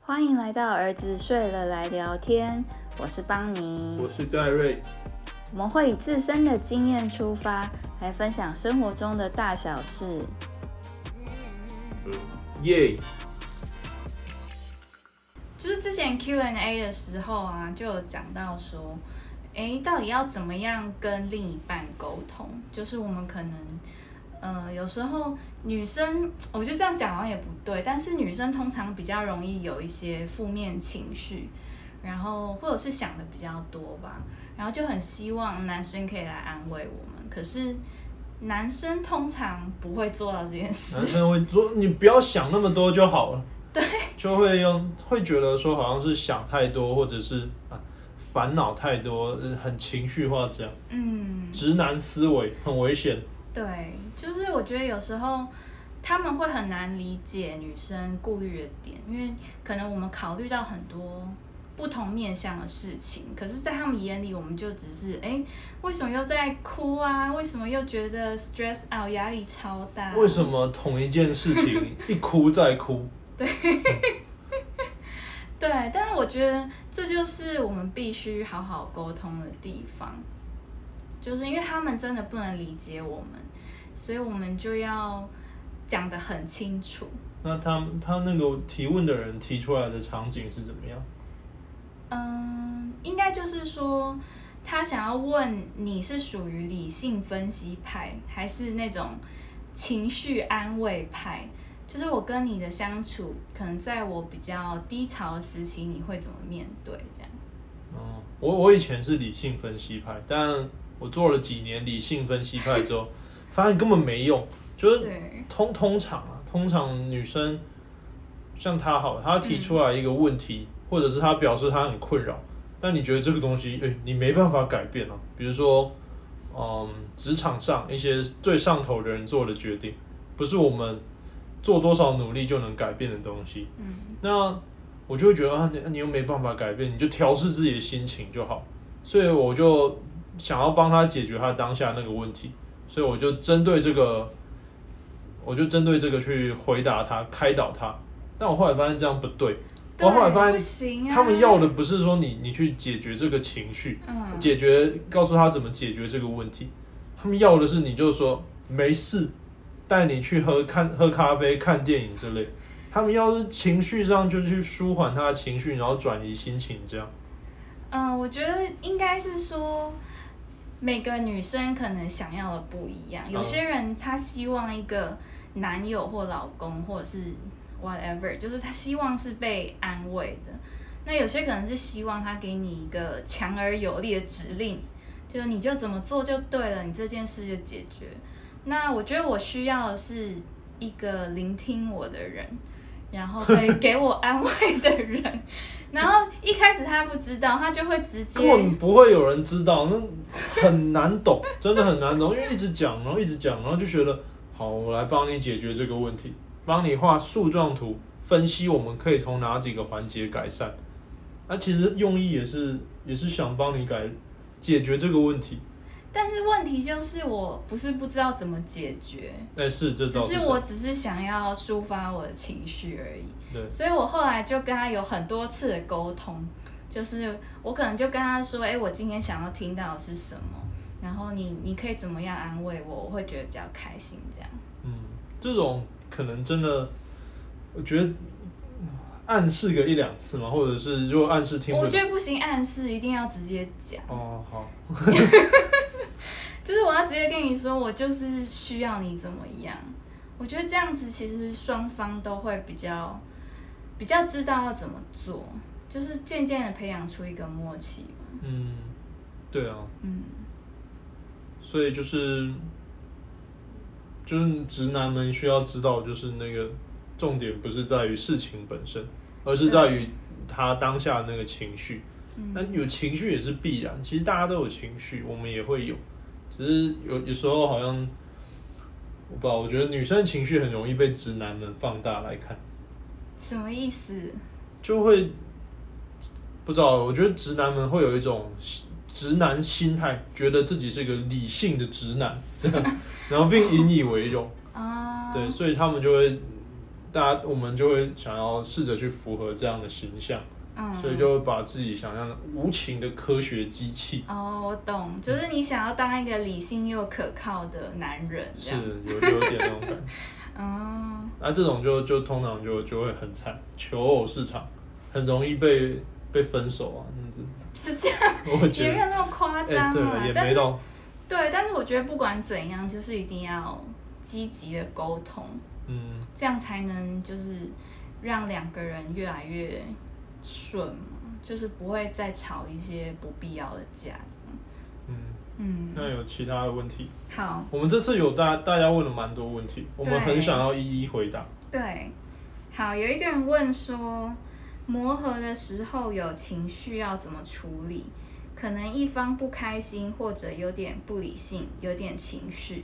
欢迎来到儿子睡了来聊天，我是邦尼， 我是戴瑞。 我们会以自身的经验出发，来分享生活中的大小事。 耶！ 就是之前 Q&A 的时候啊，就有讲到说，到底要怎么样跟另一半沟通？就是我们可能，有时候女生，我觉得这样讲好像也不对，但是女生通常比较容易有一些负面情绪，然后或者是想的比较多吧，然后就很希望男生可以来安慰我们，可是男生通常不会做到这件事。 男生会说：“你不要想那么多就好了。” 对， 就会觉得说好像是想太多，或者是烦恼太多，很情绪化这样。直男思维很危险。 对，就是我觉得有时候他们会很难理解女生顾虑的点，因为可能我们考虑到很多不同面向的事情，可是在他们眼里，我们就只是为什么又在哭啊？为什么又觉得 stress out 压力超大？ 为什么同一件事情一哭再哭？ 对，对，但是我觉得这就是我们必须好好沟通的地方，就是因为他们真的不能理解我们，所以我们就要讲得很清楚。 那他那个提问的人提出来的场景是怎么样？ 应该就是说，他想要问你是属于理性分析派，还是那种情绪安慰派？就是我跟你的相处，可能在我比较低潮的时期，你会怎么面对？这样。 我以前是理性分析派，但我做了几年理性分析派之后，发现根本没用。就是通常女生像她好，她提出来一个问题，或者是她表示她很困扰，但你觉得这个东西，你没办法改变啊。比如说，职场上一些最上头的人做的决定，不是我们做多少努力就能改变的东西。那我就会觉得你又没办法改变，你就调试自己的心情就好。所以我就想要帮他解决他当下那个问题，所以我就针对这个去回答他，开导他。但我后来发现这样不对，我后来发现他们要的不是说你去解决这个情绪，告诉他怎么解决这个问题，他们要的是你就说没事，带你去喝咖啡、看电影之类。他们要是情绪上就去舒缓他的情绪，然后转移心情这样。 我觉得应该是说，每个女生可能想要的不一样。有些人她希望一个男友或老公，或者是 whatever， 就是她希望是被安慰的。那有些可能是希望他给你一个强而有力的指令，就是你就怎么做就对了，你这件事就解决。那我觉得我需要的是一个聆听我的人，然后可以给我安慰的人。然后一开始他不知道，他就会直接， 根本不会有人知道，那很难懂，真的很难懂，因为一直讲，然后一直讲，然后就觉得好，我来帮你解决这个问题，帮你画树状图，分析我们可以从哪几个环节改善。其实用意也是想帮你解决这个问题。 但是问题就是，我不是不知道怎么解决，只是我只是想要抒发我的情绪而已。 对， 所以我后来就跟他有很多次的沟通，就是我可能就跟他说，我今天想要听到的是什么，然后你可以怎么样安慰我，我会觉得比较开心这样。 这种可能真的，我觉得暗示个1-2次嘛，或者是如果暗示听不懂， 我觉得不行，暗示一定要直接讲。 好。 就是我要直接跟你说，我就是需要你怎么样。我觉得这样子其实双方都会比较知道要怎么做，就是渐渐的培养出一个默契嘛。 对啊。所以就是直男们需要知道，就是那个重点不是在于事情本身，而是在于他当下那个情绪。但有情绪也是必然，其实大家都有情绪，我们也会有，只是有时候好像我不知道，我觉得女生的情绪很容易被直男们放大来看。 什么意思？ 就会不知道，我觉得直男们会有一种直男心态，觉得自己是一个理性的直男，这样，然后并引以为荣。对，所以他们就会， 我们就会想要试着去符合这样的形象。所以就会把自己想象的无情的科学机器。 哦，我懂，就是你想要当一个理性又可靠的男人， 是有点那种感觉。这种就通常就会很惨，求偶市场很容易被分手啊，这样子。 是这样，也没有那么夸张啊， 也没到。 对，但是我觉得不管怎样，就是一定要积极的沟通，这样才能就是让两个人越来越顺，就是不会再吵一些不必要的架。那有其他的问题？ 好， 我们这次有大家问了蛮多问题，我们很想要一一回答。 对，好，有一个人问说，磨合的时候有情绪要怎么处理？可能一方不开心，或者有点不理性，有点情绪。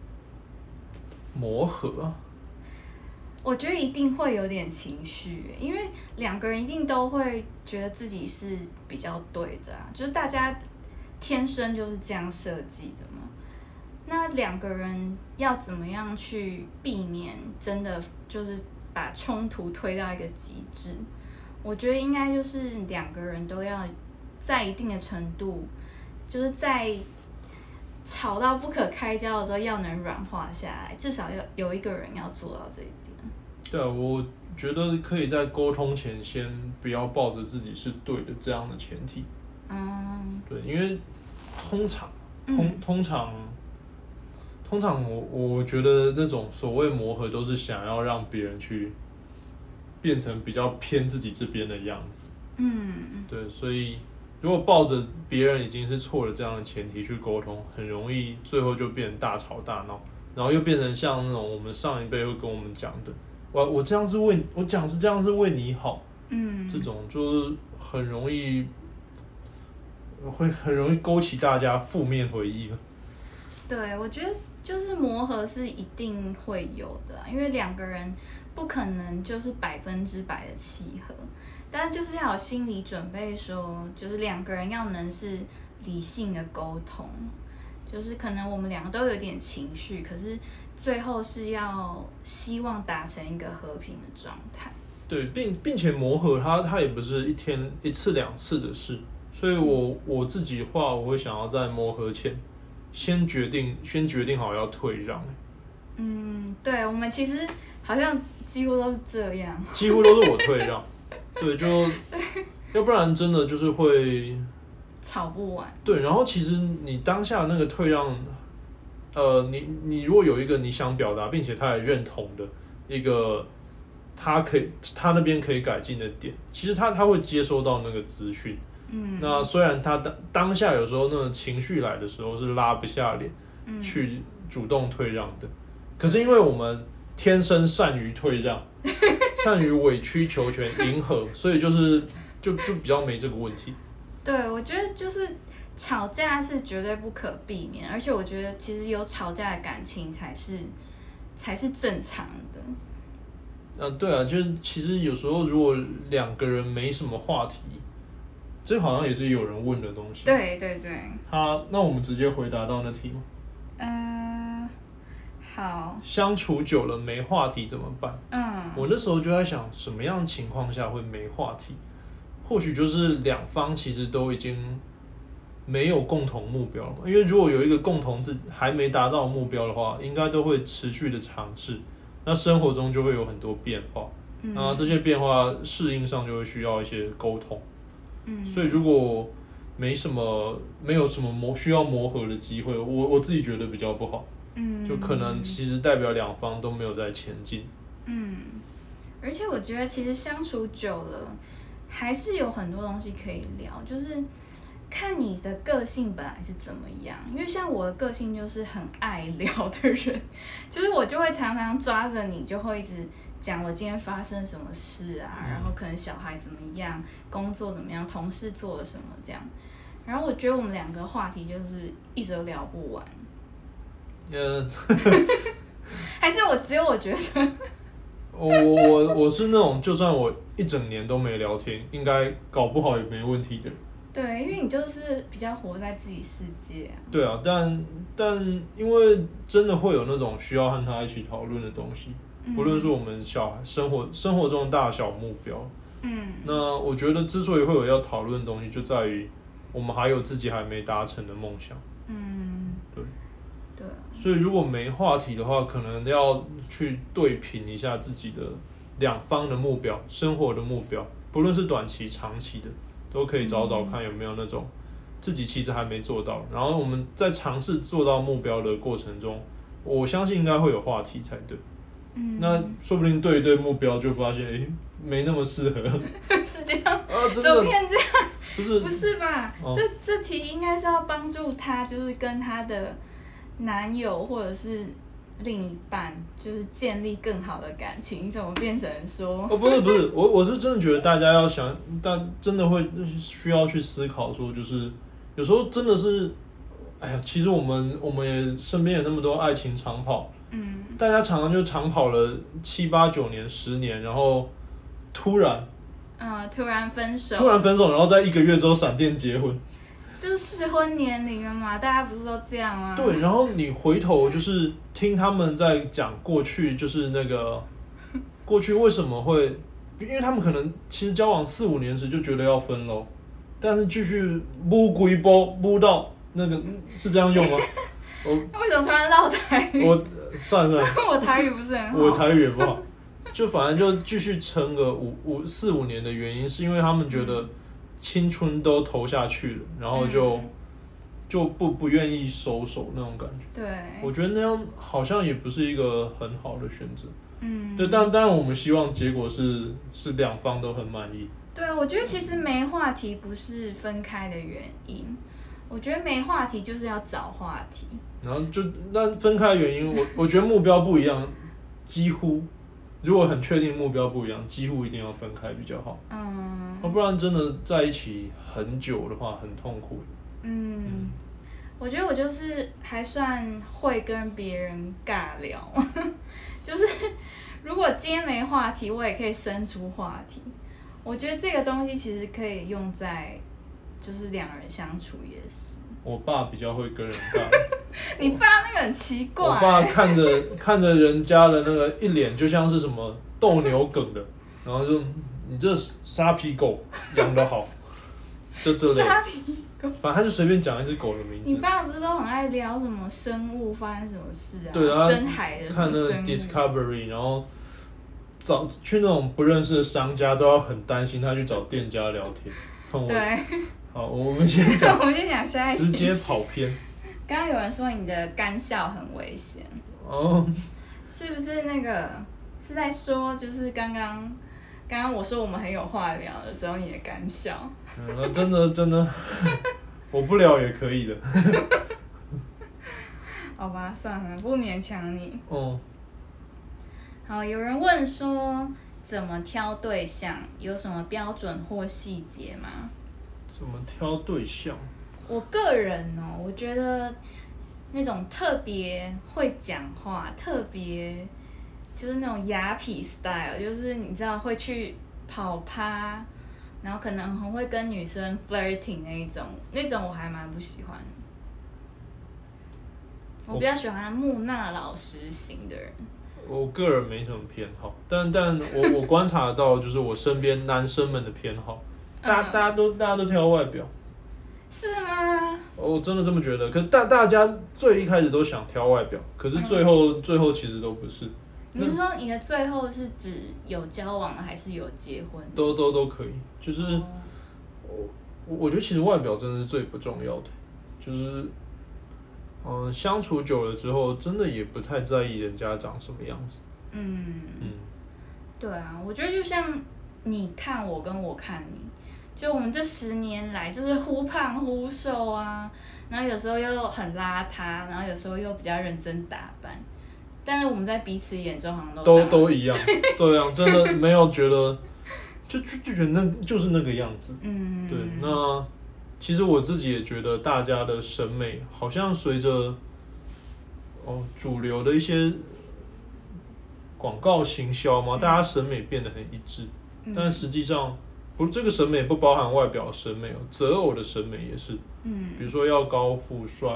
磨合， 我觉得一定会有点情绪，因为两个人一定都会觉得自己是比较对的啊，就是大家天生就是这样设计的嘛。那两个人要怎么样去避免真的就是把冲突推到一个极致？我觉得应该就是两个人都要在一定的程度，就是在吵到不可开交的时候要能软化下来，至少有一个人要做到这一点。 对啊，我觉得可以在沟通前先不要抱着自己是对的这样的前提。对，因为通常我觉得那种所谓磨合都是想要让别人去变成比较偏自己这边的样子。对，所以如果抱着别人已经是错了这样的前提去沟通，很容易最后就变成大吵大闹，然后又变成像那种我们上一辈会跟我们讲的，我这样是我讲是这样是为你好，这种就是很容易勾起大家负面回忆。 对，我觉得就是磨合是一定会有的，因为两个人不可能就是100%的契合，但就是要有心理准备说，就是两个人要能是理性的沟通，就是可能我们两个都有点情绪，可是最后是要希望达成一个和平的状态。 对，并且磨合它也不是一天一次两次的事，所以我自己的话，我会想要在磨合前先决定好要退让。 对，我们其实好像几乎都是这样， 几乎都是我退让。对，就要不然真的就是会吵不完。 对，然后其实你当下那个退让，你如果有一个你想表达并且他也认同的一个，他那边可以改进的点，其实他会接收到那个资讯。那虽然他当下有时候那种情绪来的时候是拉不下脸，去主动退让的，可是因为我们天生善于退让，善于委曲求全、迎合，所以就比较没这个问题。 对，我觉得就是吵架是绝对不可避免，而且我觉得其实有吵架的感情才是正常的。 对啊，就是其实有时候如果两个人没什么话题，这好像也是有人问的东西。 对。 那我们直接回答到那题吗？ 好。 相处久了没话题怎么办？我那时候就在想，什么样的情况下会没话题？或许就是两方其实都已经没有共同目标了，因为如果有一个共同还没达到目标的话，应该都会持续的尝试。那生活中就会有很多变化，那这些变化适应上就会需要一些沟通。所以如果没有什么需要磨合的机会，我自己觉得比较不好。就可能其实代表两方都没有在前进。 而且我觉得其实相处久了，还是有很多东西可以聊，就是看你的个性本来是怎么样。因为像我的个性就是很爱聊的人，就是我就会常常抓着你，就会一直讲我今天发生什么事啊，然后可能小孩怎么样，工作怎么样，同事做了什么这样。然后我觉得我们两个话题就是一直都聊不完。还是只有我觉得。 我是那种就算我一整年都没聊天，应该搞不好也没问题的。 对，因为你就是比较活在自己世界啊。 对啊，但因为真的会有那种需要和他一起讨论的东西， 不论是我们小孩生活中的大小目标。那我觉得之所以会有要讨论的东西，就在于我们还有自己还没达成的梦想。对。所以如果没话题的话，可能要去对平一下自己的两方的目标，生活的目标，不论是短期、长期的，都可以找找看有没有那种自己其实还没做到，然后我们在尝试做到目标的过程中，我相信应该会有话题才对。那说不定对一对目标就发现，没那么适合。 是这样？ 真的？ 怎么变这样？ 不是吧？这题应该是要帮助他，就是跟他的男友或者是另一半，就是建立更好的感情。你怎么变成说？ 不是，我是真的觉得大家要想，真的会需要去思考说，就是有时候真的是，哎呀，其实我们也身边有那么多爱情长跑。大家常常就长跑了7、8、9年、10年，然后突然分手， 然后在1个月之后闪电结婚， 就是适婚年龄了嘛，大家不是都这样吗？ 对，然后你回头就是听他们在讲过去，就是那个过去为什么会，因为他们可能其实交往4、5年时就觉得要分咯，但是继续补规波补到那个是这样用吗？ 为什么突然绕台语？ 算了， 我台语不是很好。 我台语也不好，就反正就继续撑个4、5年的原因，是因为他们觉得青春都投下去了，然后就不愿意收手那种感觉。 对， 我觉得那样好像也不是一个很好的选择。对，当然我们希望结果是两方都很满意。 对，我觉得其实没话题不是分开的原因。我觉得没话题就是要找话题， 然后那分开的原因，我觉得目标不一样，几乎如果很确定目标不一样，几乎一定要分开比较好。不然真的在一起很久的话，很痛苦。 我觉得我就是还算会跟别人尬聊，就是如果今天没话题，我也可以生出话题。我觉得这个东西其实可以用在。就是两人相处也是。 我爸比较会跟人尬。 你爸那个很奇怪。 我爸看着人家的那个一脸就像是什么斗牛梗的，然后就你这沙皮狗养得好，就这类。 沙皮狗。 反正他就随便讲一只狗的名字。 你爸不是都很爱聊什么生物发生什么事啊？ 对啊。 深海的看那个 Discovery， 然后去那种不认识的商家都要很担心他去找店家聊天。 对。 好，我们先讲。 我们先讲下一题。 直接跑偏。 刚刚有人说你的干笑很危险。是不是那个是在说就是刚刚我说我们很有话聊的时候，你的干笑？ 真的，我不聊也可以的。 好吧，算了，不勉强你。好，有人问说怎么挑对象，有什么标准或细节吗？ 怎么挑对象？ 我个人我觉得那种特别会讲话，特别就是那种雅痞 style， 就是你知道会去跑趴，然后可能很会跟女生 flirting 那种我还蛮不喜欢的。我比较喜欢木讷老实型的人。 我个人没什么偏好，但我观察到就是我身边男生们的偏好。大家都挑外表， 是吗？ 我真的这么觉得。可是大家最一开始都想挑外表，可是最后其实都不是。 你是说你的最后是指有交往了还是有结婚？ 都可以，就是我觉得其实外表真的是最不重要的，就是相处久了之后，真的也不太在意人家长什么样子。 对啊，我觉得就像你看我跟我看你。就我们这10年来，就是忽胖忽瘦啊，然后有时候又很邋遢，然后有时候又比较认真打扮，但是我们在彼此眼中好像都一样，对啊，真的没有觉得，就觉得那就是那个样子。对，那其实我自己也觉得，大家的审美好像随着主流的一些广告行销嘛，大家审美变得很一致，但实际上。这个审美不包含外表的审美择偶的审美也是。比如说要高富帅、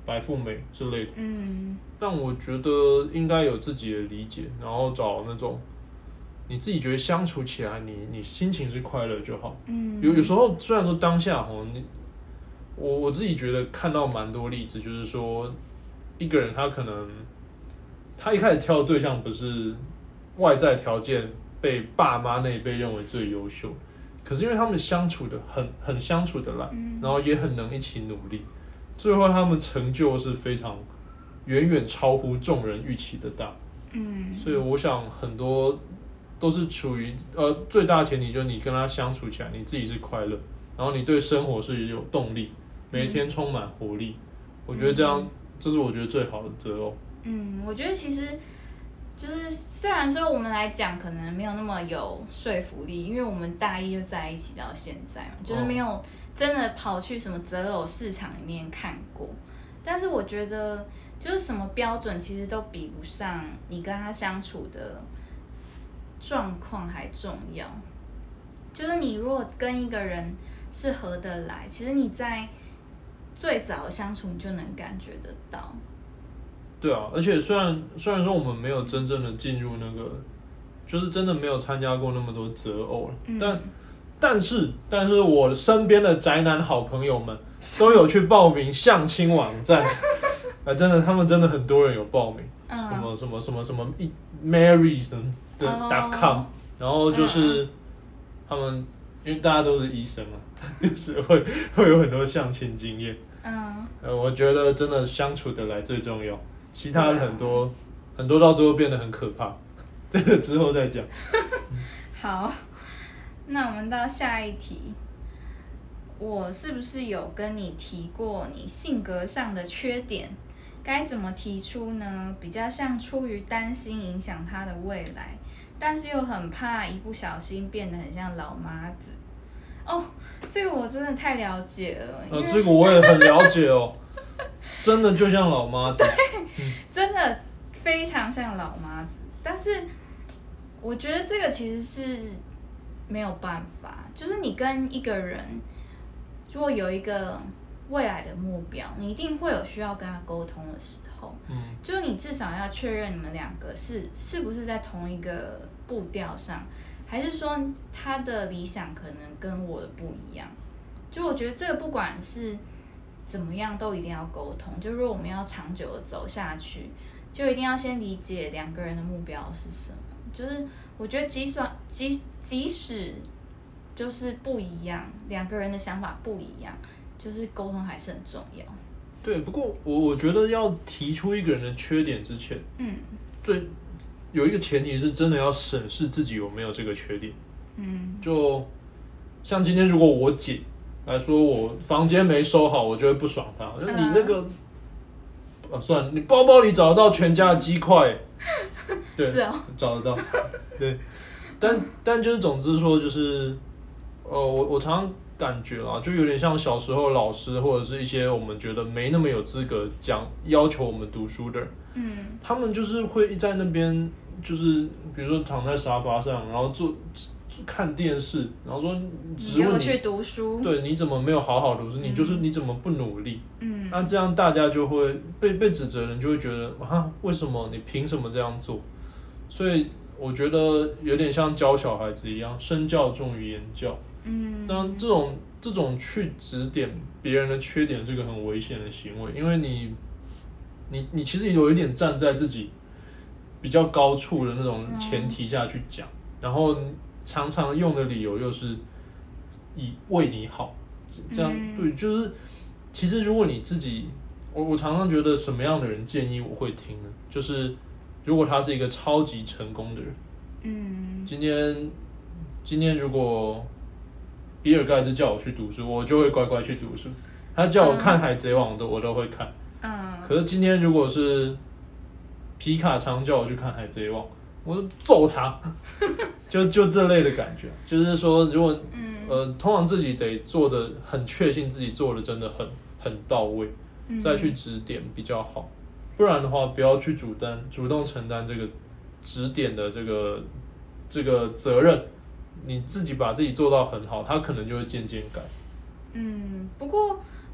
白富美之类的。但我觉得应该有自己的理解，然后找那种你自己觉得相处起来你心情是快乐就好。有时候虽然说当下我自己觉得看到蛮多例子，就是说一个人他可能他一开始挑的对象不是外在条件被爸妈那一辈认为最优秀，可是因为他们相处的很相处的来，然后也很能一起努力，最后他们成就是非常远远超乎众人预期的大。所以我想很多都是处于最大的前提就是你跟他相处起来，你自己是快乐，然后你对生活是有动力，每天充满活力。我觉得这样，这是我觉得最好的择偶。 我觉得其实就是虽然说我们来讲可能没有那么有说服力，因为我们大一就在一起到现在嘛，就是没有真的跑去什么择偶市场里面看过。但是我觉得就是什么标准其实都比不上你跟他相处的状况还重要。就是你如果跟一个人是合得来，其实你在最早的相处你就能感觉得到。 对啊，而且虽然说我们没有真正的进入那个，就是真的没有参加过那么多择偶，但是我身边的宅男好朋友们都有去报名相亲网站，真的他们真的很多人有报名，什么 marries 的.com， 然后就是他们因为大家都是医生啊，就是会有很多相亲经验。我觉得真的相处得来最重要。其他的很多到最后变得很可怕，这个之后再讲。 好，那我们到下一题。我是不是有跟你提过你性格上的缺点？该怎么提出呢？比较像出于担心影响他的未来，但是又很怕一不小心变得很像老妈子。这个我真的太了解了。 这个我也很了解哦。真的就像老妈子， 真的非常像老妈子。但是我觉得这个其实是没有办法，就是你跟一个人如果有一个未来的目标，你一定会有需要跟他沟通的时候。就是你至少要确认你们两个是不是在同一个步调上，还是说他的理想可能跟我的不一样。就我觉得这个不管是怎么样都一定要沟通，就如果我们要长久的走下去，就一定要先理解两个人的目标是什么。就是我觉得即使就是不一样，两个人的想法不一样，就是沟通还是很重要。 对，不过我觉得要提出一个人的缺点之前，有一个前提是真的要审视自己有没有这个缺点。就像今天如果我姐来说我房间没收好，我就会不爽他。你那个，算了，你包包里找得到全家的鸡块，对， 是哦， 找得到，对。但就是总之说就是，我常常感觉啦，就有点像小时候老师或者是一些我们觉得没那么有资格要求我们读书的人，他们就是会在那边就是比如说躺在沙发上，然后看电视，然后说质问你去读书， 对，你怎么没有好好读书？你怎么不努力？那这样大家就会被指责的人就会觉得为什么你凭什么这样做？所以我觉得有点像教小孩子一样，身教重于言教。那这种去指点别人的缺点是个很危险的行为，因为你其实有一点站在自己比较高处的那种前提下去讲，然后常常用的理由又是以为你好，这样对，就是其实如果你自己，我常常觉得什么样的人建议我会听呢？就是如果他是一个超级成功的人，今天如果比尔盖茨叫我去读书，我就会乖乖去读书。他叫我看海贼王我都会看。可是今天如果是皮卡昌叫我去看海贼王，我就揍他，就这类的感觉，就是说，如果通常自己得做的很确信自己做的真的很到位，再去指点比较好，不然的话不要去主动承担这个指点的这个责任，你自己把自己做到很好，他可能就会渐渐改。 不过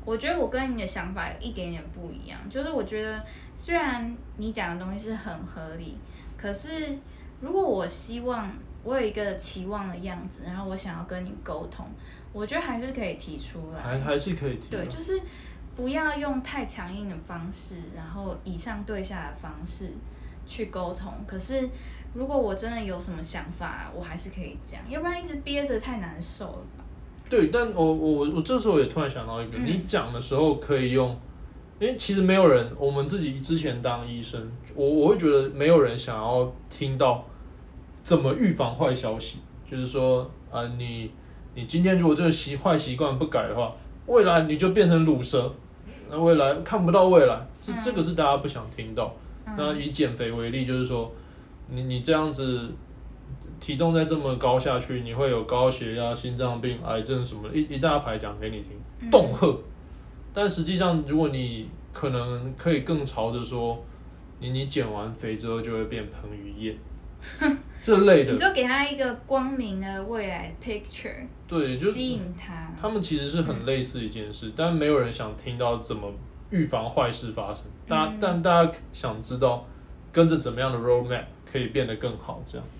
我觉得我跟你的想法有一点点不一样，就是我觉得虽然你讲的东西是很合理，可是如果我希望我有一个期望的样子，然后我想要跟你沟通，我觉得还是可以提出来， 还是可以提。 对，就是不要用太强硬的方式，然后以上对下的方式去沟通。可是如果我真的有什么想法，我还是可以讲，要不然一直憋着太难受了吧。 对，但我这时候也突然想到一个，你讲的时候可以用，因为其实没有人，我们自己之前当医生，我会觉得没有人想要听到怎么预防坏消息，就是说你今天如果这个坏习惯不改的话，未来你就变成鲁蛇，那未来看不到未来，这个是大家不想听到。那以减肥为例，就是说你这样子。体重再这么高下去，你会有高血压、心脏病、癌症什么一大排讲给你听，恫吓。但实际上，如果你可能可以更朝着说，你减完肥之后就会变彭于晏这类的。 你说给他一个光明的未来 picture， 对，就吸引他。 他们其实是很类似一件事，但没有人想听到怎么预防坏事发生。但大家想知道跟着怎么样的 roadmap 可以变得更好，这样。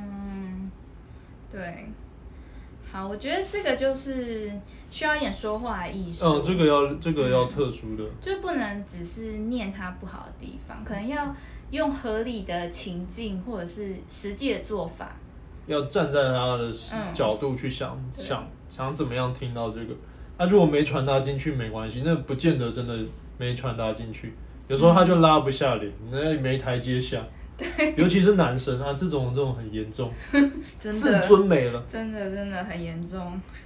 对，好，我觉得这个就是需要一点说话的艺术。 这个要特殊的， 就不能只是念他不好的地方，可能要用合理的情境或者是实际的做法。 要站在他的角度去想怎么样听到这个。他如果没传达进去没关系，那不见得真的没传达进去。有时候他就拉不下脸，那没台阶下。尤其是男生啊，这种很严重，自尊没了， 真的很严重。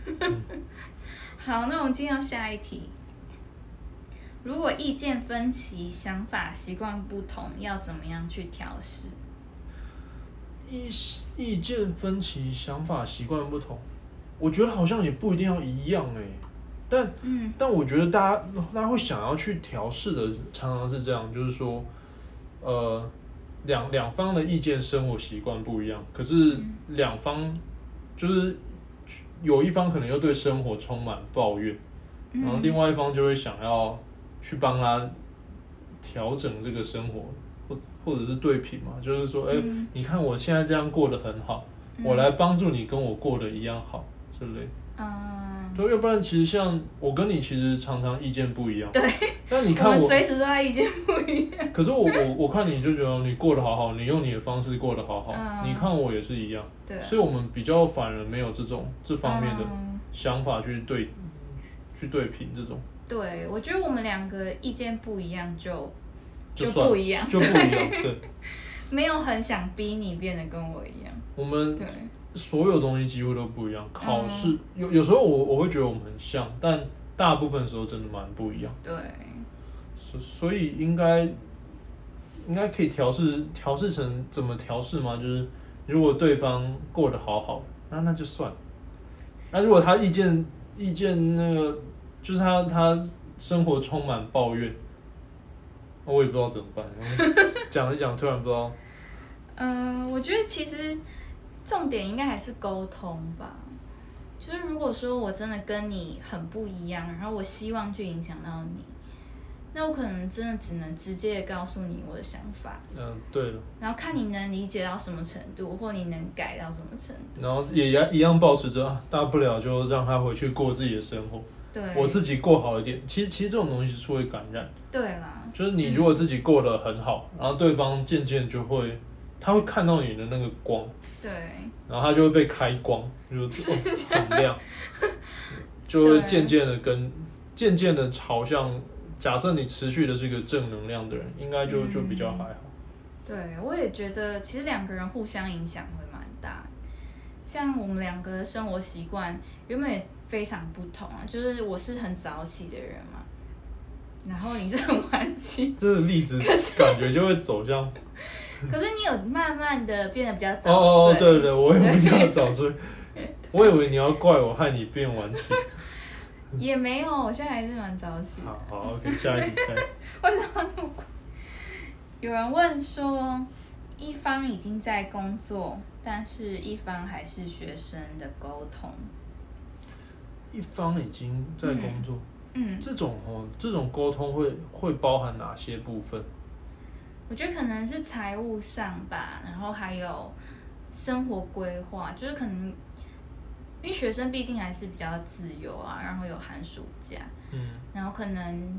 好，那我们进到下一题。如果意见分歧、想法、习惯不同，要怎么样去调试？ 意见分歧、想法、习惯不同，我觉得好像也不一定要一样但我觉得大家会想要去调试的，常常是这样，就是说，两方的意见、生活习惯不一样，可是两方就是有一方可能又对生活充满抱怨，然后另外一方就会想要去帮他调整这个生活，或者是对平嘛，就是说，你看我现在这样过得很好，我来帮助你跟我过得一样好之类。对，要不然其实像我跟你其实常常意见不一样。 对。 但你看我们随时都在意见不一样。 可是我看你就觉得你过得好好，你用你的方式过得好好，你看我也是一样。 对。 所以我们比较反而没有这方面的想法去对平这种。 对，我觉得我们两个意见不一样就不一样。 就不一样，对。 没有很想逼你变得跟我一样。 我们所有东西几乎都不一样。考试有时候我会觉得我们很像，但大部分的时候真的蛮不一样。 对。 所以应该可以调试成怎么调试吗？就是如果对方过得好好，那就算了。那如果他意见那个，就是他生活充满抱怨，我也不知道怎么办。讲一讲，突然不知道。 我觉得其实重点应该还是沟通吧。就是如果说我真的跟你很不一样，然后我希望去影响到你，那我可能真的只能直接告诉你我的想法。 对了。 然后看你能理解到什么程度，或你能改到什么程度。 然后也一样保持着，大不了就让他回去过自己的生活。 对。 我自己过好一点。其实这种东西是会感染。 对啦。 就是你如果自己过得很好，然后对方渐渐就会，他会看到你的那个光。 对。 然后他就会被开光，就很亮，就会渐渐的朝向。假设你持续的是一个正能量的人，应该就比较还好。 对，我也觉得其实两个人互相影响会蛮大。像我们两个的生活习惯原本也非常不同啊，就是我是很早起的人嘛，然后你是很晚起。 这个例子感觉就会走向。 可是你有慢慢的变得比较早睡。 对，我也比较早睡。我以为你要怪我害你变晚起。 也没有，我现在还是蛮早起的。 好 ，OK， 下一题。 为什么那么快？有人问说，一方已经在工作，但是一方还是学生的沟通。 一方已经在工作， 这种沟通会包含哪些部分？ 我觉得可能是财务上吧，然后还有生活规划，就是可能因为学生毕竟还是比较自由啊，然后有寒暑假，然后可能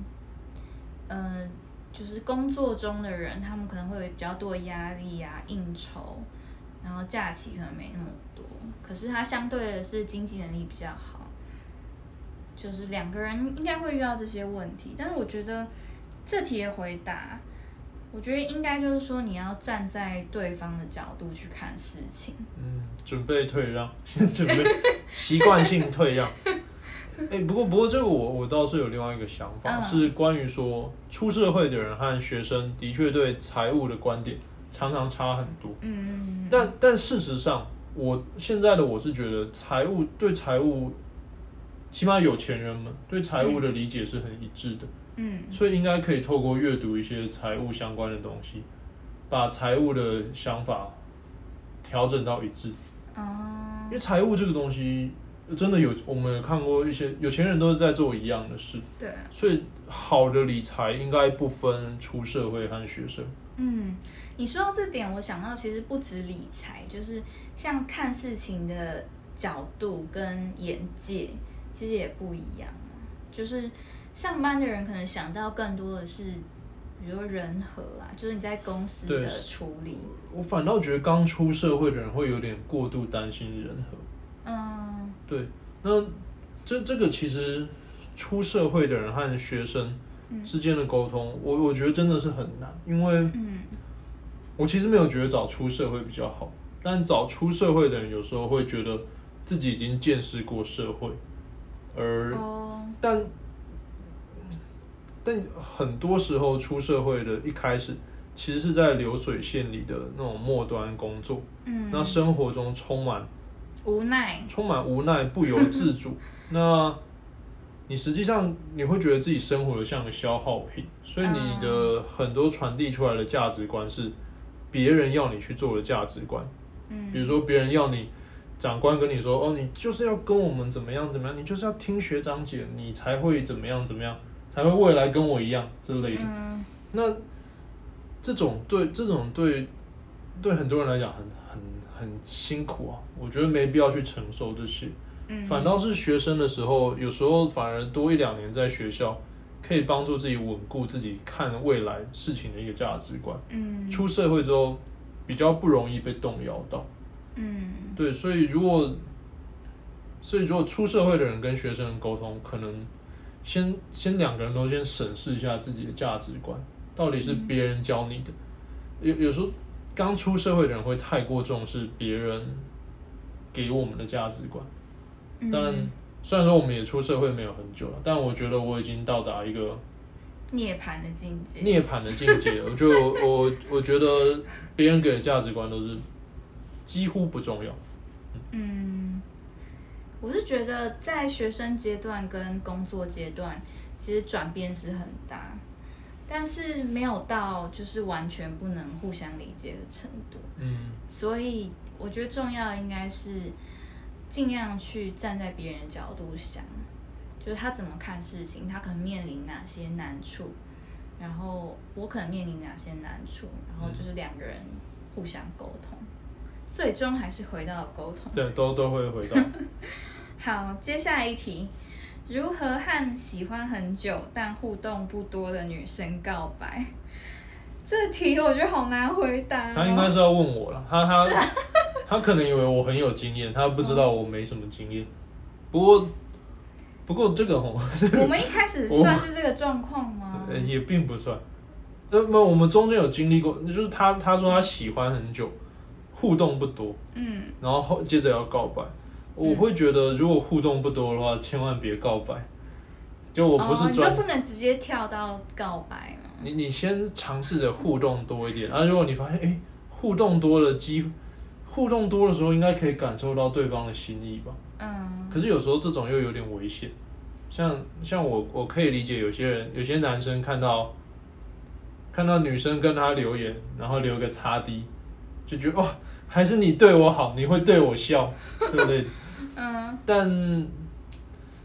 就是工作中的人，他们可能会有比较多的压力啊，应酬，然后假期可能没那么多，可是他相对的是经济能力比较好，就是两个人应该会遇到这些问题，但是我觉得这题的回答，我觉得应该就是说你要站在对方的角度去看事情， 准备退让，准备习惯性退让。不过这个我倒是有另外一个想法，是关于说出社会的人和学生的确对财务的观点常常差很多。但事实上，现在的我是觉得对财务，起码有钱人们对财务的理解是很一致的。所以应该可以透过阅读一些财务相关的东西，把财务的想法调整到一致。因为财务这个东西真的我们有看过一些有钱人都是在做一样的事。 对。 所以好的理财应该不分出社会和学生。 你说到这点，我想到其实不止理财，就是像看事情的角度跟眼界，其实也不一样。就是上班的人可能想到更多的是，比如说人和啊，就是你在公司的处理。 我反倒觉得刚出社会的人会有点过度担心人和。对，那这个其实出社会的人和学生之间的沟通，我觉得真的是很难，因为我其实没有觉得早出社会比较好，但早出社会的人有时候会觉得自己已经见识过社会，但很多时候出社会的一开始其实是在流水线里的那种末端工作，那生活中充满无奈，不由自主。那你实际上你会觉得自己生活的像个消耗品，所以你的很多传递出来的价值观是别人要你去做的价值观。比如说别人要你，长官跟你说，你就是要跟我们怎么样怎么样，你就是要听学长姐，你才会怎么样怎么样，才会未来跟我一样之类的。那这种对很多人来讲很辛苦啊，我觉得没必要去承受这些。反倒是学生的时候，有时候反而多1-2年在学校，可以帮助自己稳固自己看未来事情的一个价值观。出社会之后比较不容易被动摇到。对，所以如果出社会的人跟学生的沟通，可能先两个人都先审视一下自己的价值观，到底是别人教你的。有时候刚出社会的人会太过重视别人给我们的价值观。但虽然说我们也出社会没有很久了，但我觉得我已经到达一个涅槃的境界。 我觉得别人给的价值观都是几乎不重要。 我是觉得在学生阶段跟工作阶段，其实转变是很大，但是没有到就是完全不能互相理解的程度。所以我觉得重要的应该是尽量去站在别人的角度想，就是他怎么看事情，他可能面临哪些难处，然后我可能面临哪些难处，然后就是两个人互相沟通，最终还是回到沟通。 对，都会回到。 好，接下来一题，如何和喜欢很久但互动不多的女生告白？这题我觉得好难回答。 他应该是要问我了，他可能以为我很有经验，他不知道我没什么经验。不过这个我们一开始算是这个状况吗？ 也并不算。我们中间有经历过，就是他说他喜欢很久，互动不多，然后接着要告白。我会觉得如果互动不多的话，千万别告白。就我不是你就不能直接跳到告白吗？ 你先尝试着互动多一点，如果你发现互动多的时候，应该可以感受到对方的心意吧。可是有时候这种又有点危险，像我可以理解有些男生看到女生跟他留言，然后留个叉 D， 就觉得还是你对我好，你会对我笑之类的。但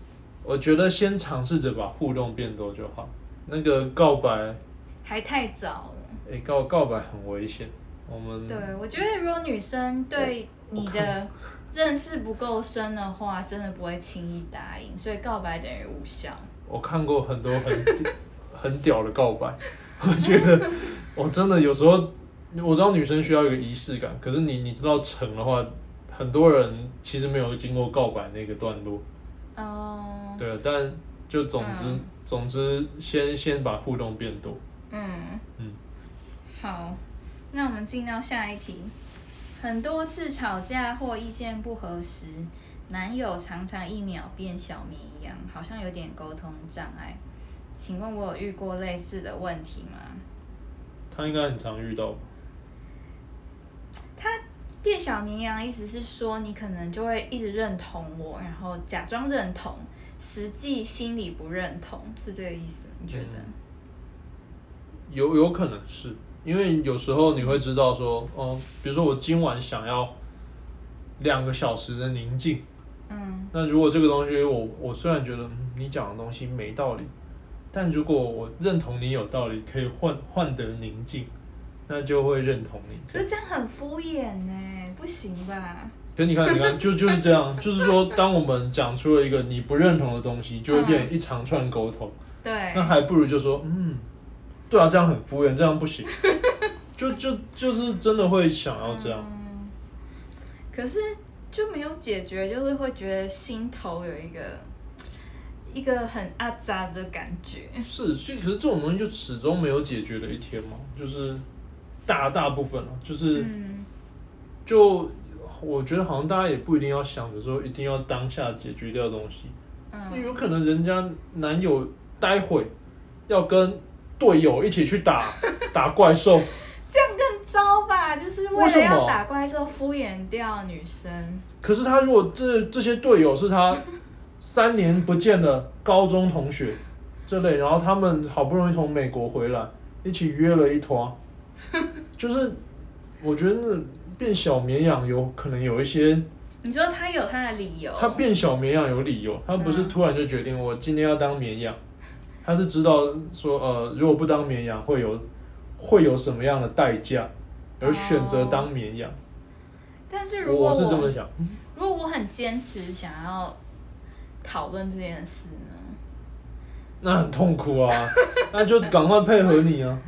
我觉得先尝试着把互动变多就好。那个告白还太早了。 告白很危险。 对，我觉得如果女生对你的认识不够深的话，真的不会轻易答应，所以告白等于无效。 我看过很多很屌的告白，我觉得我真的有时候我知道女生需要一个仪式感，可是你知道成的话，很多人其实没有经过告白那个段落。对，但就总之先把互动变多。 好，那我们进到下一题。很多次吵架或意见不合时，男友常常一秒变小绵羊，好像有点沟通障碍。请问我有遇过类似的问题吗？ 他应该很常遇到吧。 他变小绵羊意思是说，你可能就会一直认同我，然后假装认同，实际心里不认同，是这个意思？你觉得？ 有可能是因为有时候你会知道说，比如说我今晚想要2个小时的宁静。那如果这个东西我虽然觉得你讲的东西没道理，但如果我认同你有道理，可以换得宁静，那就会认同你。 可是这样很敷衍呢，不行吧？ 可你看，就是这样，就是说，当我们讲出了一个你不认同的东西，就会变成一长串沟通。 对。 那还不如就说，对啊，这样很敷衍，这样不行。就是真的会想要这样。 可是就没有解决，就是会觉得心头有一个很阿杂的感觉。 是，可是这种东西就始终没有解决的一天嘛，就是大部分就是就我觉得好像大家也不一定要想着说一定要当下解决掉东西。有可能人家男友待会要跟队友一起去打怪兽。 这样更糟吧？就是为了要打怪兽敷衍掉女生。 可是他如果这些队友是他3年不见的高中同学这类，然后他们好不容易从美国回来，一起约了一团，就是我觉得那变小绵羊有可能有一些。 你说他有他的理由？ 他变小绵羊有理由，他不是突然就决定我今天要当绵羊，他是知道说如果不当绵羊会有什么样的代价，而选择当绵羊。 但是如果我是这么想， 如果我很坚持想要讨论这件事呢？ 那很痛苦啊，那就赶快配合你啊。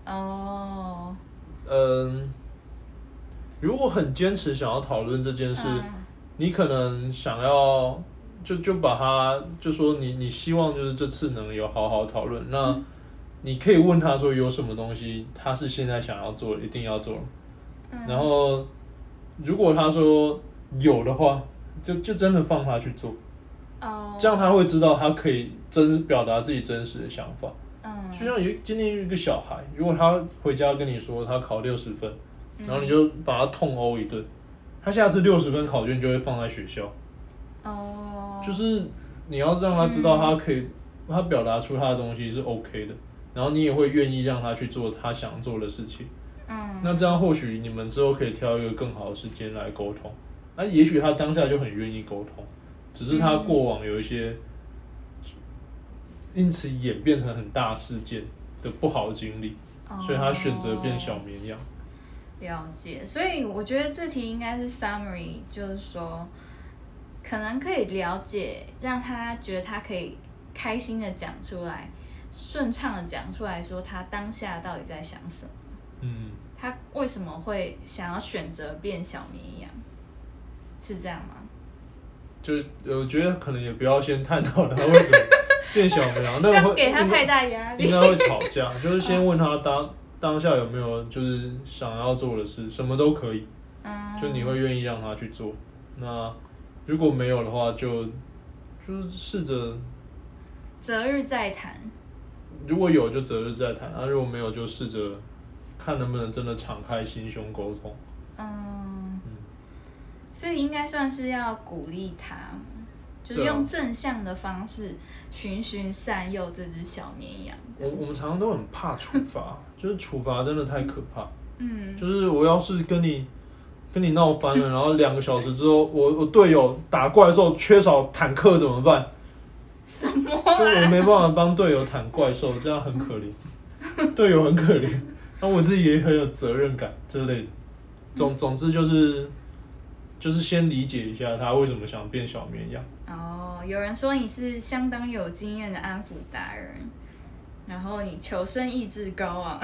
如果很坚持想要讨论这件事，你可能想要就把它就说你希望就是这次能有好好讨论，那你可以问他说有什么东西他是现在想要做的，一定要做的。然后如果他说有的话，就真的放他去做。这样他会知道他可以表达自己真实的想法。就像今天有一个小孩，如果他回家跟你说他考60分，然后你就把他痛殴一顿，他下次60分考卷就会放在学校。就是你要让他知道他表达出他的东西是 OK 的，然后你也会愿意让他去做他想做的事情。那这样或许你们之后可以挑一个更好的时间来沟通。也许他当下就很愿意沟通，只是他过往有一些因此演变成很大事件的不好的经历，所以他选择变小绵羊。 了解，所以我觉得这题应该是 summary， 就是说可能可以了解，让他觉得他可以开心的讲出来，顺畅的讲出来说他当下到底在想什么。他为什么会想要选择变小绵羊？是这样吗？ 就是我觉得可能也不要先探讨他为什么变小绵羊， 这样给他太大压力， 应该会吵架。就是先问他当下有没有就是想要做的事，什么都可以，就你会愿意让他去做。那如果没有的话，就是试着择日再谈。 如果有就择日再谈，如果没有就试着看能不能真的敞开心胸沟通。 所以应该算是要鼓励他，就是用正向的方式循循善诱这只小绵羊。 我们常常都很怕处罚，就是处罚真的太可怕。就是我要是跟你闹翻了，然后2个小时之后，我队友打怪兽缺少坦克怎么办？ 什么啊？ 就我没办法帮队友砍怪兽，这样很可怜，队友很可怜，那我自己也很有责任感之类的。总之就是先理解一下他为什么想变小绵羊。 哦，有人说你是相当有经验的安抚达人，然后你求生意志高昂。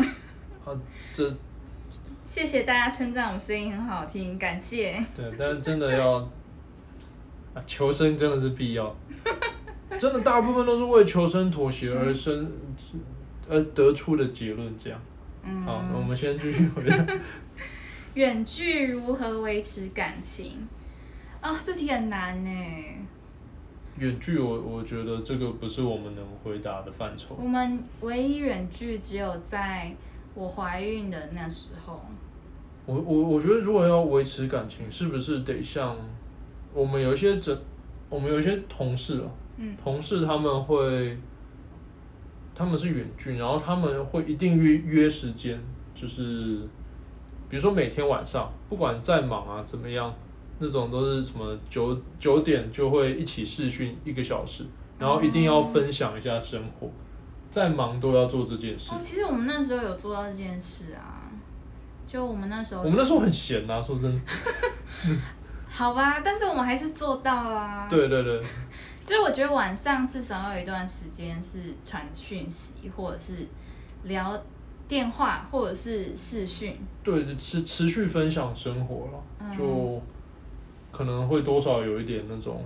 谢谢大家称赞我们声音很好听，感谢。 对，但是真的要求生真的是必要，真的大部分都是为求生妥协而得出的结论这样。好，那我们先继续回来。 远距如何维持感情？这题很难呢。 远距我觉得这个不是我们能回答的范畴。 我们唯一远距只有在我怀孕的那时候。 我觉得如果要维持感情，是不是得像我们有一些同事啊，同事他们是远距，然后他们会一定约时间，就是比如说每天晚上，不管再忙啊怎么样，那种都是什么9点就会一起视讯1个小时，然后一定要分享一下生活，再忙都要做这件事。 其实我们那时候有做到这件事啊，就我们那时候很闲啊，说真的。 好吧，但是我们还是做到啦。 对对对。 就是我觉得晚上至少要有一段时间是传讯息，或者是聊电话，或者是视讯。对， 持续分享生活了，就可能会多少有一点那种，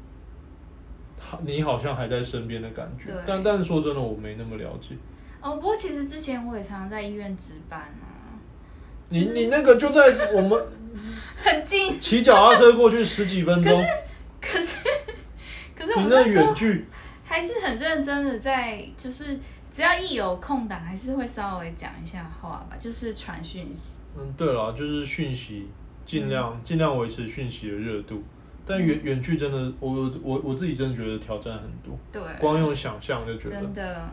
你好像还在身边的感觉。但说真的，我没那么了解。 不过其实之前我也常常在医院值班啊。 你那个就在我们很近， 骑脚踏车过去10几分钟。 可是我们那远距还是很认真的在，就是只要一有空档，还是会稍微讲一下话吧，就是传讯息。 对啦，就是讯息尽量维持讯息的热度。但远距真的，我自己真的觉得挑战很多。 对。 光用想象就觉得。 真的。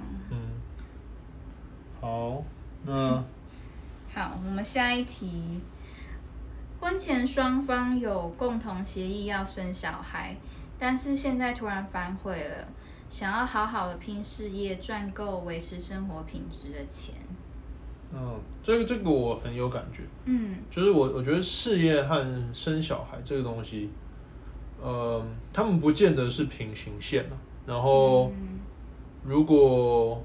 好，那。 好，我们下一题。婚前双方有共同协议要生小孩，但是现在突然反悔了，想要好好的拼事业，赚够维持生活品质的钱。 这个我很有感觉。就是我觉得事业和生小孩这个东西，他们不见得是平行线啊。然后，如果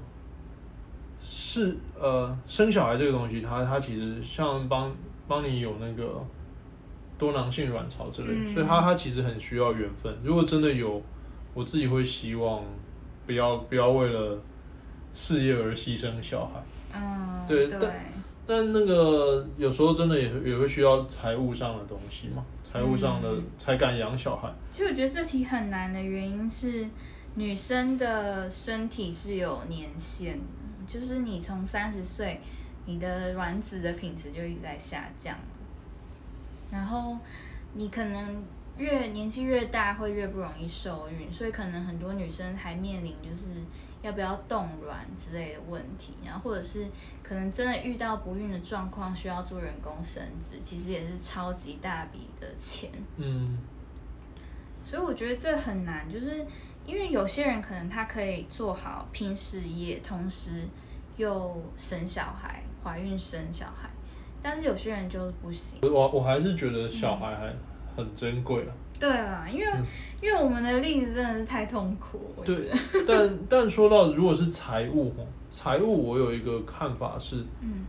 生小孩这个东西，它其实像帮你有那个多囊性卵巢之类，所以它其实很需要缘分。如果真的有，我自己会希望不要为了事业而牺牲小孩。对。但那个有时候真的也会需要财务上的东西嘛，财务上的才敢养小孩。 其实我觉得这题很难的原因是，女生的身体是有年限的，就是你从30岁，你的卵子的品质就一直在下降，然后你可能年纪越大会越不容易受孕，所以可能很多女生还面临就是要不要冻卵之类的问题，然后或者是可能真的遇到不孕的状况需要做人工生殖，其实也是超级大笔的钱。所以我觉得这很难，就是因为有些人可能他可以做好拼事业，同时又生小孩，怀孕生小孩，但是有些人就不行。 我还是觉得小孩还很珍贵啊。 对啦，因为我们的例子真的是太痛苦。 对，但说到如果是财务，我有一个看法是，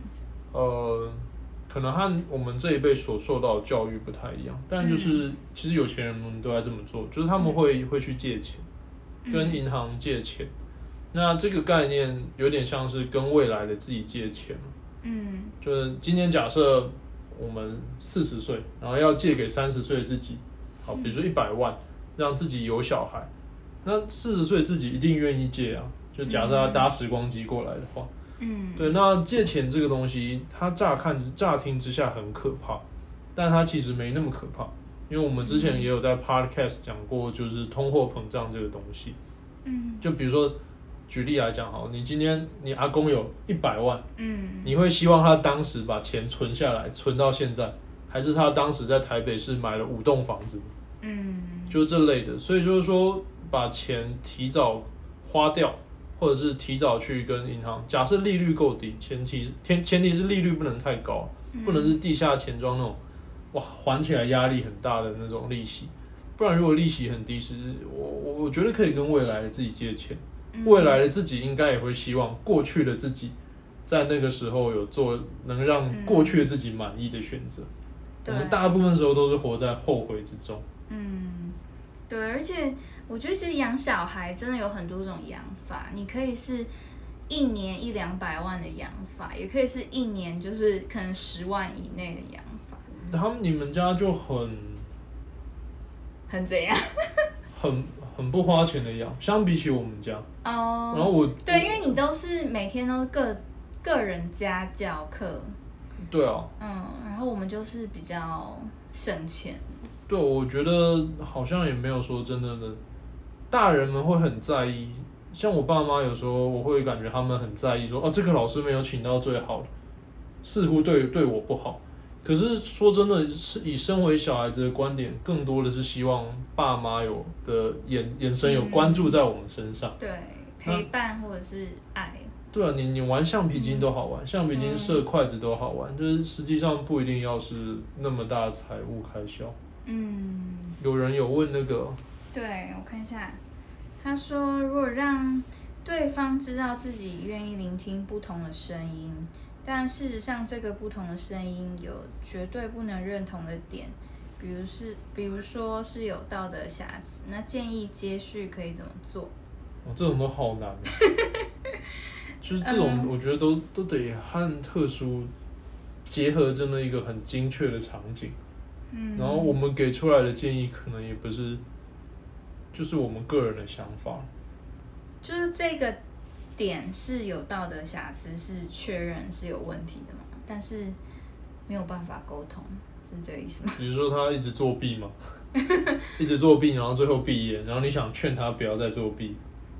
可能和我们这一辈所受到的教育不太一样，但就是其实有钱人们都在这么做，就是他们会去借钱，跟银行借钱。那这个概念有点像是跟未来的自己借钱。就是今天假设我们40岁，然后要借给30岁的自己，好，比如说100万，让自己有小孩，那40岁自己一定愿意借啊。就假设他搭时光机过来的话，对，那借钱这个东西，它乍听之下很可怕，但它其实没那么可怕，因为我们之前也有在 podcast 讲过，就是通货膨胀这个东西。就比如说举例来讲，好，你今天你阿公有100万，你会希望他当时把钱存下来，存到现在，还是他当时在台北市买了5栋房子？就这类的。所以就是说， 把钱提早花掉，或者是提早去跟银行，假设利率够低，前提是利率不能太高，不能是地下钱庄那种，哇，还起来压力很大的那种利息。不然如果利息很低，是我觉得可以跟未来的自己借钱，未来的自己应该也会希望过去的自己在那个时候有做能让过去的自己满意的选择。我们大部分时候都是活在后悔之中。 对，而且我觉得其实养小孩真的有很多种养法，你可以是1年100-200万的养法，也可以是1年就是可能10万以内的养法。 你们家就很怎样？ 很不花钱的养，相比起我们家。然后对，因为你都是每天都个人家教课。 对啊。 然后我们就是比较省钱。 对，我觉得好像也没有说真的大人们会很在意，像我爸妈有时候我会感觉他们很在意说，这个老师没有请到最好的，似乎对我不好。可是说真的，是以身为小孩子的观点，更多的是希望爸妈有的眼神有关注在我们身上。 对，陪伴或者是爱。对啊，你玩橡皮筋都好玩，橡皮筋射筷子都好玩，就是实际上不一定要是那么大的财务开销。有人有问那个， 对，我看一下，他说如果让对方知道自己愿意聆听不同的声音，但事实上这个不同的声音有绝对不能认同的点，比如说是有道德瑕疵，那建议接续可以怎么做？ 这种都好难。就是这种，我觉得都得和特殊结合，真的一个很精确的场景。然后我们给出来的建议可能也不是，就是我们个人的想法。 就是这个点是有道德瑕疵，是确认是有问题的嘛？但是没有办法沟通，是这个意思吗？ 比如说他一直作弊嘛，一直作弊，然后最后毕业，然后你想劝他不要再作弊。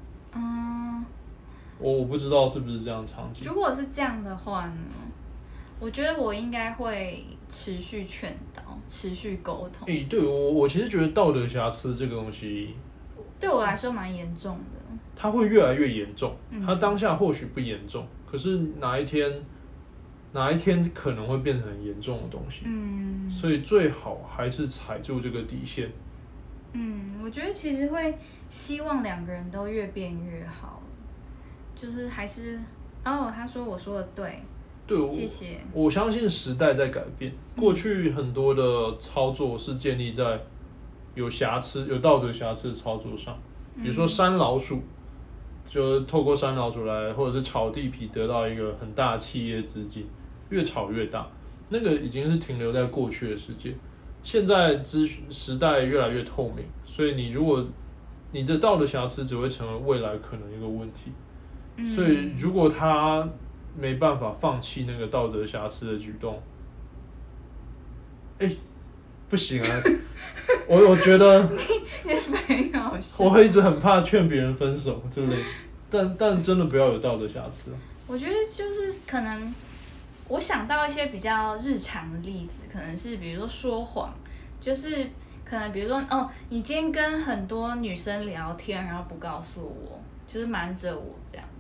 我不知道是不是这样场景。 如果是这样的话呢，我觉得我应该会持续劝导，持续沟通。 对，我其实觉得道德瑕疵这个东西， 对我来说蛮严重的。 它会越来越严重，它当下或许不严重，可是哪一天可能会变成很严重的东西。所以最好还是踩住这个底线。 我觉得其实会希望2个人都越变越好。就是还是他说我说的对，谢谢。 我相信时代在改变，过去很多的操作是建立在有瑕疵、有道德瑕疵的操作上，比如说删老鼠，就透过删老鼠来，或者是炒地皮得到一个很大的企业资金，越炒越大，那个已经是停留在过去的世界。现在时代越来越透明，所以如果你的道德瑕疵只会成为未来可能一个问题。所以如果他没办法放弃那个道德瑕疵的举动，不行啊！我觉得你非常好笑。 我会一直很怕劝别人分手之类，但真的不要有道德瑕疵。 我觉得就是可能我想到一些比较日常的例子，可能是比如说说谎，就是可能比如说你今天跟很多女生聊天，然后不告诉我，就是瞒着我这样。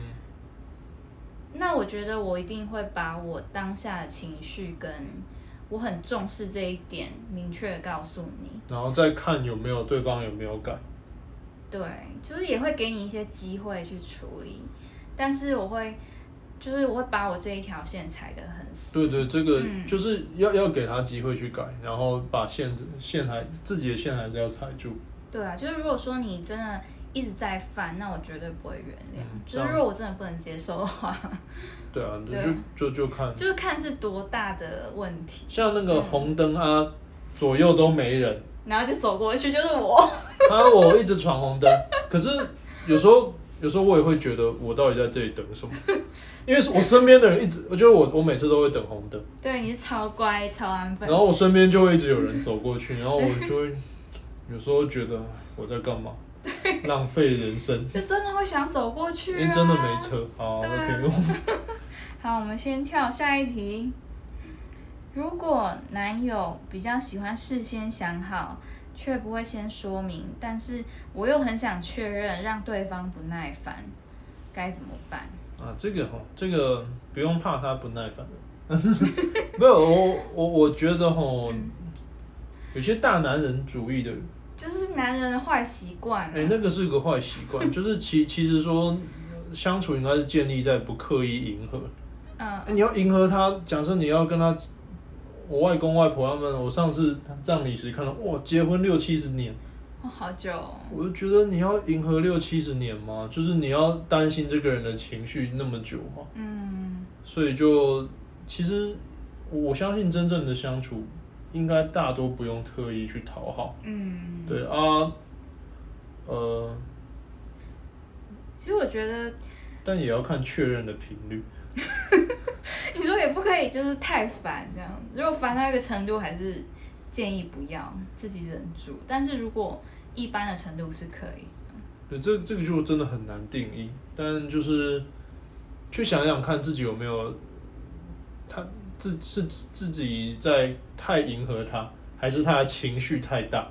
那我觉得我一定会把我当下的情绪跟我很重视这一点明确的告诉你， 然后再看对方有没有改。 对，就是也会给你一些机会去处理，但是我会把我这一条线踩得很死。 对，这个就是要给他机会去改，然后把自己的线还是要踩住。 对啊，就是如果说你真的一直在犯，那我绝对不会原谅。就是如果我真的不能接受的话， 对啊，就看， 就是看是多大的问题。 像那个红灯左右都没人， 然后就走过去，就是我。 我一直闯红灯，可是有时候我也会觉得我到底在这里等什么？因为我身边的人我觉得我每次都会等红灯。 对，你是超乖超安分。 然后我身边就会一直有人走过去，然后我就会有时候觉得我在干嘛？浪费人生。 就真的会想走过去因为真的没车。好 ，OK。 好，我们先跳下一题。如果男友比较喜欢事先想好却不会先说明，但是我又很想确认，让对方不耐烦，该怎么办？ 啊，这个不用怕他不耐烦没有，我觉得有些大男人主义的， 就是男人的坏习惯。 那个是个坏习惯，就是其实说相处应该是建立在不刻意迎合。你要迎合他，假设你要跟他，我外公外婆他们，我上次葬礼时看到，哇，结婚60-70年。 好久我就觉得你要迎合60-70年吗？就是你要担心这个人的情绪那么久吗？所以其实我相信真正的相处，应该大多不用特意去讨好。对啊， 其实我觉得， 但也要看确认的频率。 你说也不可以就是太烦这样，如果烦到一个程度，还是建议不要，自己忍住。但是如果一般的程度是可以的。对，这个就真的很难定义，但就是去想想看自己有没有，自己在太迎合他，还是他的情绪太大。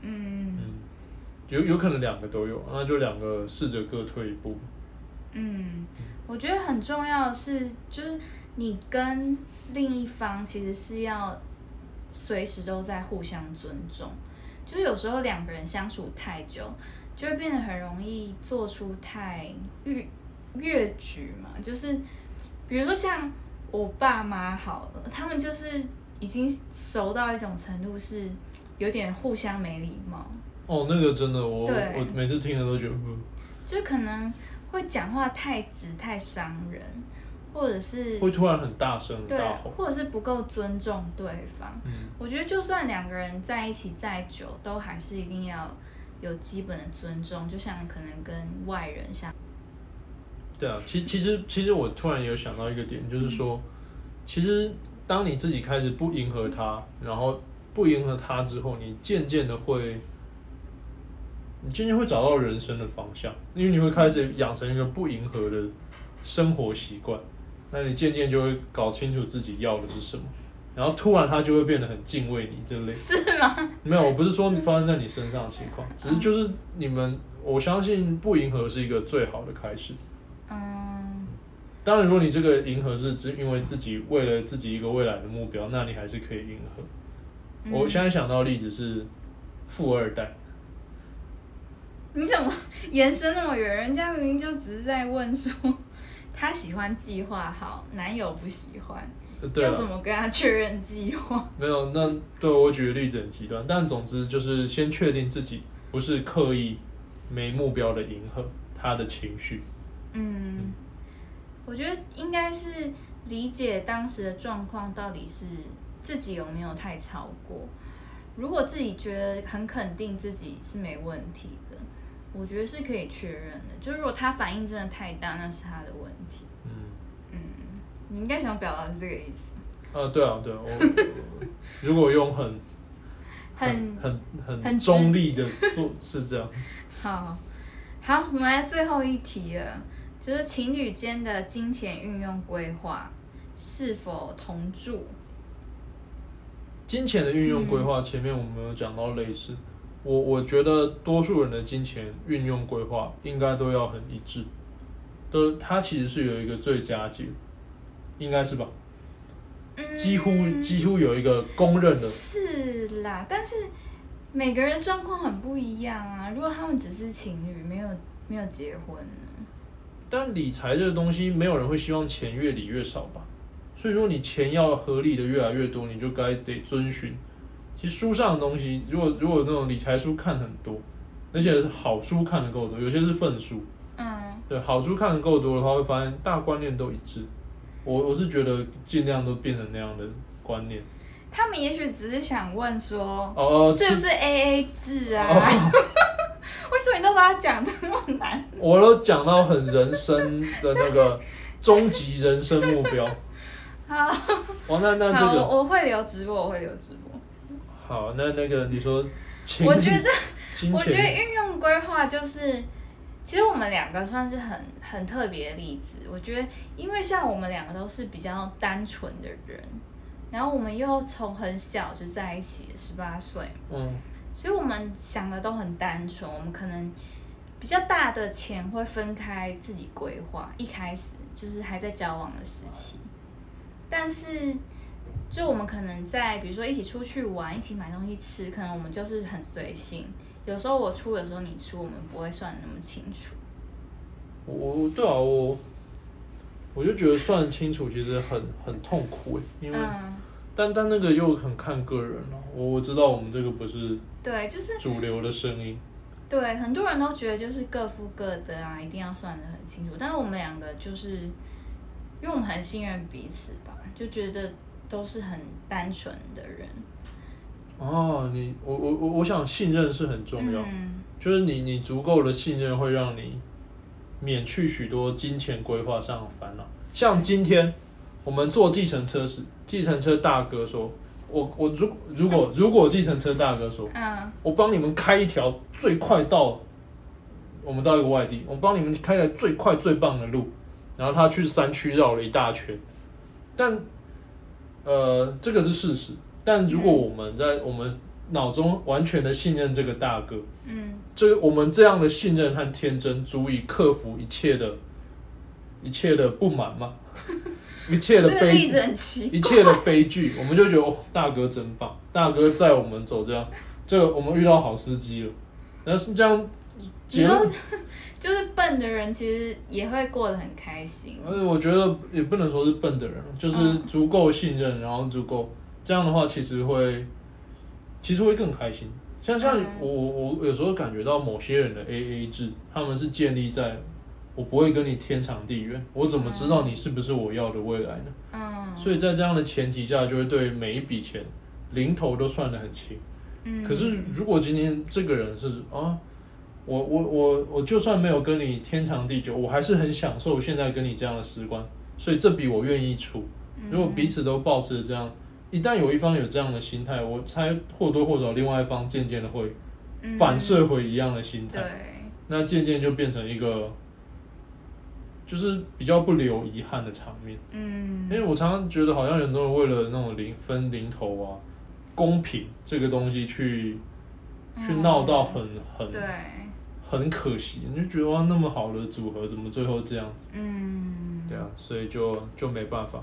有可能两个都有，那就两个试着各退一步。 我觉得很重要的是，就是你跟另一方其实是要随时都在互相尊重。就是有时候两个人相处太久，就会变得很容易做出太越矩嘛。就是比如说像我爸妈好了，他们就是已经熟到一种程度，是有点互相没礼貌。 那个真的，我每次听了都觉得就可能会讲话太直太伤人，或者是会突然很大声对， 大吼， 或者是不够尊重对方。我觉得就算两个人在一起再久，都还是一定要有基本的尊重，就像可能跟外人相。 对啊，其实我突然有想到一个点，就是说，其实当你自己开始不迎合他，然后不迎合他之后，你渐渐会找到人生的方向，因为你会开始养成一个不迎合的生活习惯，那你渐渐就会搞清楚自己要的是什么，然后突然他就会变得很敬畏你这类。 是吗？ 没有，我不是说你发生在你身上的情况，只是就是我相信不迎合是一个最好的开始。当然，如果你这个迎合是因为自己为了自己一个未来的目标，那你还是可以迎合。我现在想到的例子是富二代。 你怎么延伸那么远？人家明明就只是在问说，他喜欢计划好，男友不喜欢，要怎么跟他确认计划？ 没有，那对我举的例子很极端，但总之就是先确定自己不是刻意没目标的迎合他的情绪。 我觉得应该是理解当时的状况，到底是自己有没有太超过。如果自己觉得很肯定自己是没问题的，我觉得是可以确认的。就如果他反应真的太大，那是他的问题。你应该想表达是这个意思。 对啊，我如果用很中立的做是这样。 好，我们来最后一题了，就是情侣间的金钱运用规划是否同住？ 金钱的运用规划，前面我们有讲到类似，我觉得多数人的金钱运用规划应该都要很一致，它其实是有一个最佳解，应该是吧？几乎有一个公认的。 是啦，但是每个人状况很不一样啊。如果他们只是情侣，没有结婚呢？ 但理财这个东西，没有人会希望钱越理越少吧？所以说你钱要合理的越来越多，你就得遵循。其实书上的东西，如果那种理财书看很多，而且好书看得够多，有些是粪书。对，好书看得够多的话，会发现大观念都一致。我是觉得尽量都变成那样的观念。 他们也许只是想问说，是不是 AA 制啊？为什么你都把它讲得那么难？ 我都讲到很人生的那个终极人生目标。 好， 那这个我会留直播，好， 那个你说， 我觉得运用规划就是，其实我们两个算是很特别的例子。我觉得，因为像我们两个都是比较单纯的人，然后我们又从很小就在一起，18岁， 所以我们想的都很单纯，我们可能比较大的钱会分开自己规划，一开始就是还在交往的时期，但是就我们可能在比如说一起出去玩，一起买东西吃，可能我们就是很随性，有时候我出，有时候你出，我们不会算得那么清楚。 对啊，我就觉得算清楚其实很痛苦因为。但那个又很看个人了。我知道我们这个不是对，就是主流的声音。 对，很多人都觉得就是各付各的啊，一定要算得很清楚。但是我们两个就是因为我们很信任彼此吧，就觉得都是很单纯的人。 哦，我想信任是很重要，就是你足够的信任会让你免去许多金钱规划上的烦恼。像今天我们坐计程车时，计程车大哥说，如果计程车大哥说，我帮你们开一条最快我们到一个外地，我帮你们开来最快最棒的路，然后他去山区绕了一大圈，但这个是事实。但如果我们在我们脑中完全的信任这个大哥，我们这样的信任和天真足以克服一切的不满吗？一切的悲剧，我们就觉得大哥真棒，大哥载我们走这个我们遇到好司机了。但是这样结论就是笨的人其实也会过得很开心。 我觉得也不能说是笨的人，就是足够信任，然后足够这样的话，其实会更开心。像我有时候感觉到某些人的 AA 制，他们是建立在我不会跟你天长地远，我怎么知道你是不是我要的未来呢？所以在这样的前提下，就会对每一笔钱零头都算得很清。可是如果今天这个人是我就算没有跟你天长地久，我还是很享受现在跟你这样的时光，所以这笔我愿意出。如果彼此都保持这样，一旦有一方有这样的心态，我猜或多或少另外一方渐渐的会反射回一样的心态，那渐渐就变成一个就是比较不留遗憾的场面。因为我常常觉得好像很多人为了那种分零头啊、公平这个东西去闹到很可惜，你就觉得哇那么好的组合怎么最后这样子？对啊，所以就没办法。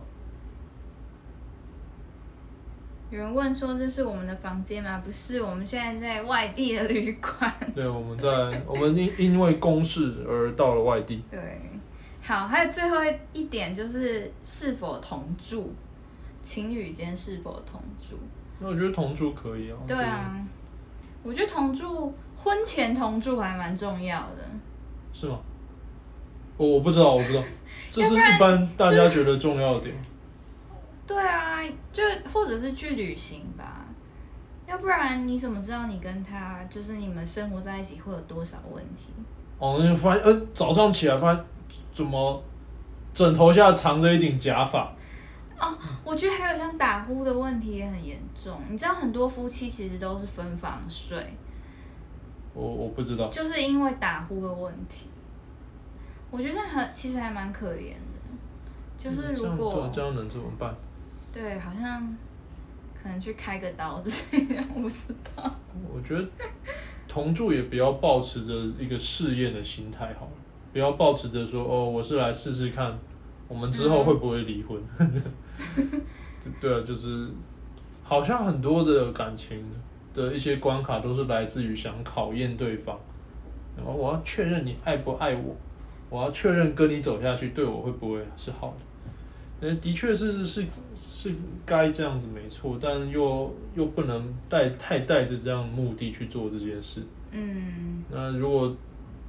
有人问说这是我们的房间吗？不是，我们现在在外地的旅馆。 对，我们因为公事而到了外地。 对，好，还有最后一点就是是否同住，情侣间是否同住？ 那我觉得同住可以啊。 对啊，我觉得同住，婚前同住还蛮重要的。 是吗？我不知道，这是一般大家觉得重要的点。 对啊，就或者是去旅行吧，要不然你怎么知道你跟他就是你们生活在一起会有多少问题？ 那就发现早上起来发现怎么枕头下藏着一顶假发。 我觉得还有像打呼的问题也很严重。你知道很多夫妻其实都是分房睡。 我不知道。 就是因为打呼的问题，我觉得其实还蛮可怜的。就是如果这样能怎么办？ 对，好像可能去开个刀之类的，我不知道。 我觉得同住也不要抱持着一个试验的心态好了，不要抱持着说我是来试试看，我们之后会不会离婚。对啊，就是好像很多的感情的一些关卡都是来自于想考验对方，然后我要确认你爱不爱我，我要确认跟你走下去对我会不会是好的。的确是该这样子没错，但又不能太带着这样的目的去做这件事。那如果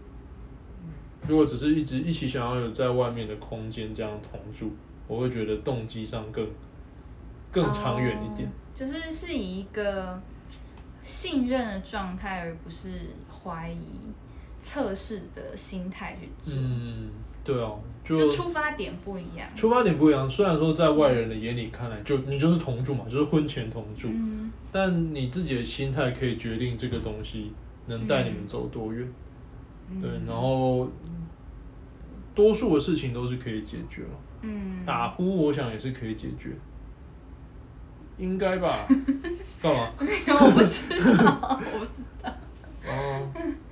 只是一起想要有在外面的空间这样同住，我会觉得动机上更长远一点。 就是以一个信任的状态，而不是怀疑、测试的心态去做。 对啊， 就出发点不一样。 出发点不一样，虽然说在外人的眼里看来，你就是同住嘛，就是婚前同住，但你自己的心态可以决定这个东西能带你们走多远。对，然后多数的事情都是可以解决了。打呼我想也是可以解决，应该吧。 干嘛？ 没有，我不知道，我不知道。 哦，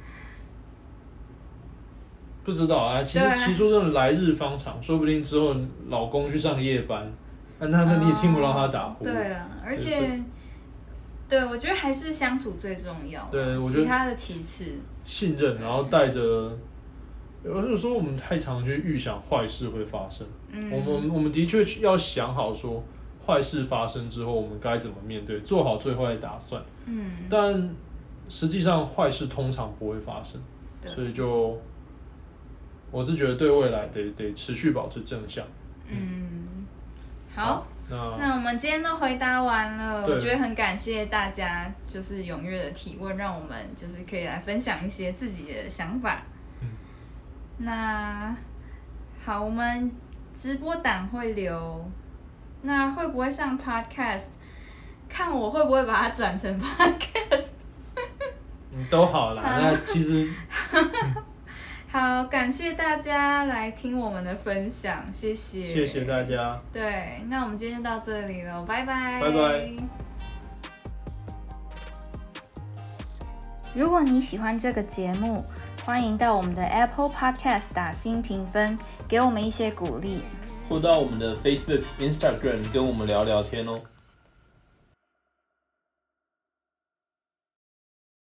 不知道啊。其实说真的，来日方长，说不定之后老公去上夜班，那你也听不到他打呼。 对了，而且，对我觉得还是相处最重要。 对，我觉得其他的其次。 信任，然后带着，有时候我们太常去预想坏事会发生。我们的确要想好说，坏事发生之后我们该怎么面对，做好最坏的打算。但实际上坏事通常不会发生，所以我是觉得对未来得持续保持正向。 好，那我们今天都回答完了，我觉得很感谢大家就是踊跃的提问，让我们就是可以来分享一些自己的想法。那好，我们直播档会留，那会不会上 podcast？ 看我会不会把它转成 podcast。 都好啦，那其实。 好，感谢大家来听我们的分享，谢谢。 谢谢大家。 对，那我们今天就到这里了，拜拜。 拜拜。 如果你喜欢这个节目，欢迎到我们的 Apple Podcast 打星评分，给我们一些鼓励， 或到我们的 Facebook、Instagram 跟我们聊聊天哦。